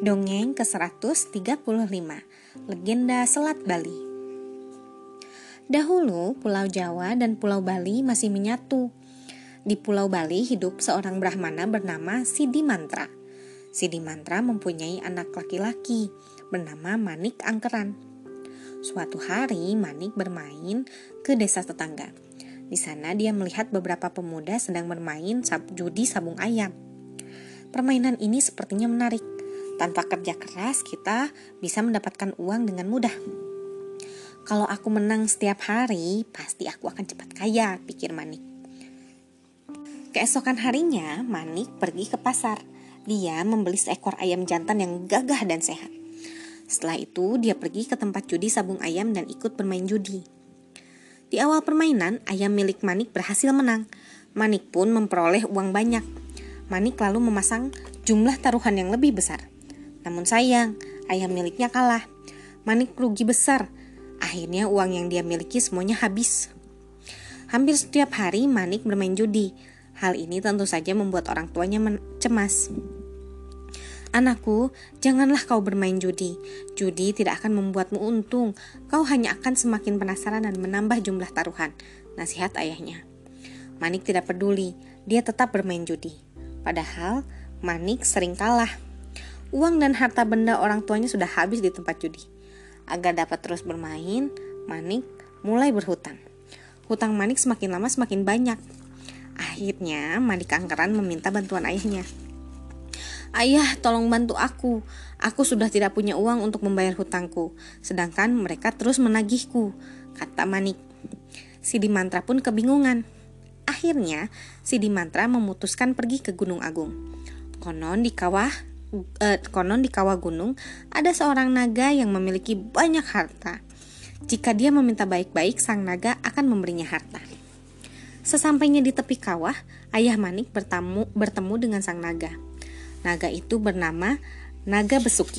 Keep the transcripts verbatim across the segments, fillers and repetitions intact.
Dongeng ke seratus tiga puluh lima, Legenda Selat Bali. Dahulu Pulau Jawa dan Pulau Bali masih menyatu. Di Pulau Bali hidup seorang Brahmana bernama Sidimantra. Sidimantra mempunyai anak laki-laki bernama Manik Angkeran. Suatu hari Manik bermain ke desa tetangga. Di sana dia melihat beberapa pemuda sedang bermain sab- judi sabung ayam. Permainan ini sepertinya menarik. Tanpa kerja keras kita bisa mendapatkan uang dengan mudah. Kalau aku menang setiap hari, pasti aku akan cepat kaya, pikir Manik. Keesokan harinya, Manik pergi ke pasar. Dia membeli seekor ayam jantan yang gagah dan sehat. Setelah itu, dia pergi ke tempat judi sabung ayam dan ikut bermain judi. Di awal permainan, ayam milik Manik berhasil menang. Manik pun memperoleh uang banyak. Manik lalu memasang jumlah taruhan yang lebih besar. Namun sayang, ayam miliknya kalah. Manik rugi besar. Akhirnya uang yang dia miliki semuanya habis. Hampir setiap hari Manik bermain judi. Hal ini tentu saja membuat orang tuanya men- cemas. Anakku, janganlah kau bermain judi. Judi tidak akan membuatmu untung. Kau hanya akan semakin penasaran dan menambah jumlah taruhan. Nasihat ayahnya. Manik tidak peduli. Dia tetap bermain judi. Padahal Manik sering kalah. Uang dan harta benda orang tuanya sudah habis di tempat judi. Agar dapat terus bermain, Manik mulai berhutang. Hutang Manik semakin lama semakin banyak. Akhirnya Manik Angkeran meminta bantuan ayahnya. Ayah, tolong bantu aku. Aku sudah tidak punya uang untuk membayar hutangku. Sedangkan mereka terus menagihku, kata Manik. Sidimantra pun kebingungan. Akhirnya Sidimantra memutuskan pergi ke Gunung Agung. Konon di kawah Eh, konon di kawah gunung ada seorang naga yang memiliki banyak harta. Jika dia meminta baik-baik, sang naga akan memberinya harta. Sesampainya di tepi kawah, ayah Manik bertemu, bertemu dengan sang naga. Naga itu bernama Naga Besuki.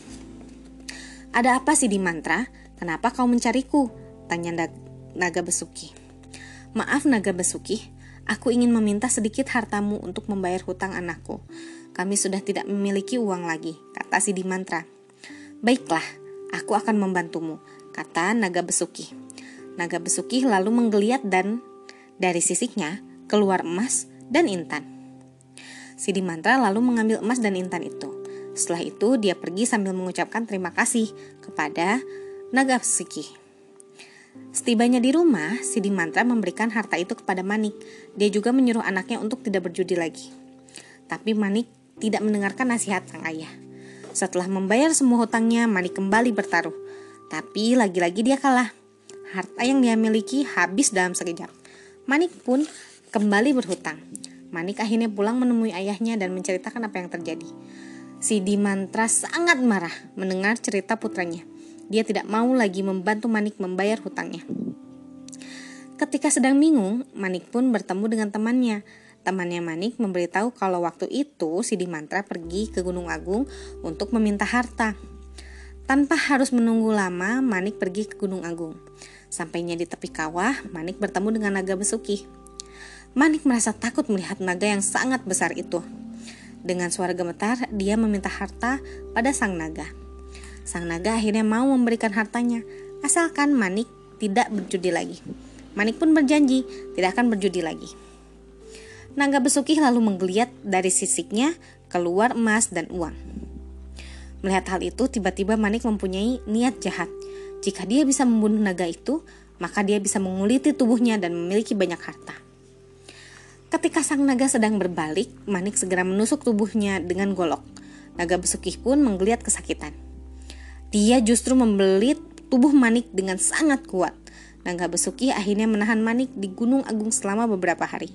Ada apa Sidimantra? Kenapa kau mencariku? Tanya Naga Besuki. Maaf Naga Besuki, aku ingin meminta sedikit hartamu untuk membayar hutang anakku. Kami sudah tidak memiliki uang lagi, kata Sidimantra. Baiklah, aku akan membantumu, kata Naga Besuki. Naga Besuki lalu menggeliat dan dari sisiknya keluar emas dan intan. Sidimantra lalu mengambil emas dan intan itu. Setelah itu dia pergi sambil mengucapkan terima kasih kepada Naga Besuki. Setibanya di rumah, Sidimantra memberikan harta itu kepada Manik. Dia juga menyuruh anaknya untuk tidak berjudi lagi. Tapi Manik tidak mendengarkan nasihat sang ayah. Setelah membayar semua hutangnya, Manik kembali bertaruh. Tapi lagi-lagi dia kalah. Harta yang dia miliki habis dalam sekejap. Manik pun kembali berhutang. Manik akhirnya pulang menemui ayahnya dan menceritakan apa yang terjadi. Sidimantra sangat marah mendengar cerita putranya. Dia tidak mau lagi membantu Manik membayar hutangnya. Ketika sedang bingung, Manik pun bertemu dengan temannya. Temannya Manik memberitahu kalau waktu itu Sidimantra pergi ke Gunung Agung untuk meminta harta. Tanpa harus menunggu lama, Manik pergi ke Gunung Agung. Sampainya di tepi kawah, Manik bertemu dengan Naga Besuki. Manik merasa takut melihat naga yang sangat besar itu. Dengan suara gemetar, dia meminta harta pada sang naga. Sang naga akhirnya mau memberikan hartanya, asalkan Manik tidak berjudi lagi. Manik pun berjanji tidak akan berjudi lagi. Naga Besuki lalu menggeliat dari sisiknya keluar emas dan uang. Melihat hal itu, tiba-tiba Manik mempunyai niat jahat. Jika dia bisa membunuh naga itu, maka dia bisa menguliti tubuhnya dan memiliki banyak harta. Ketika sang naga sedang berbalik, Manik segera menusuk tubuhnya dengan golok. Naga Besuki pun menggeliat kesakitan. Dia justru membelit tubuh Manik dengan sangat kuat. Naga Besuki akhirnya menahan Manik di Gunung Agung selama beberapa hari.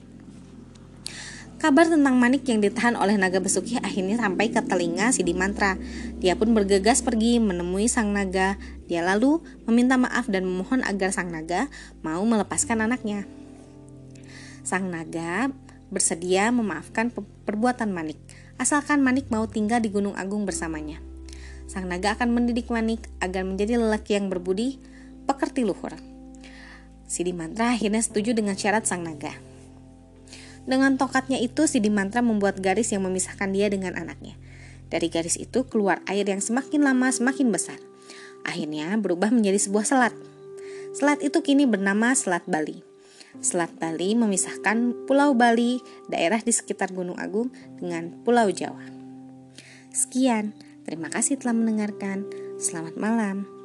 Kabar tentang Manik yang ditahan oleh Naga Besuki akhirnya sampai ke telinga Sidimantra. Dia pun bergegas pergi menemui sang naga. Dia lalu meminta maaf dan memohon agar sang naga mau melepaskan anaknya. Sang naga bersedia memaafkan perbuatan Manik, asalkan Manik mau tinggal di Gunung Agung bersamanya. Sang naga akan mendidik Manik agar menjadi lelaki yang berbudi, pekerti luhur. Sidimantra akhirnya setuju dengan syarat sang naga. Dengan tokatnya itu, Sidimantra membuat garis yang memisahkan dia dengan anaknya. Dari garis itu keluar air yang semakin lama semakin besar. Akhirnya berubah menjadi sebuah selat. Selat itu kini bernama Selat Bali. Selat Bali memisahkan Pulau Bali, daerah di sekitar Gunung Agung, dengan Pulau Jawa. Sekian, terima kasih telah mendengarkan. Selamat malam.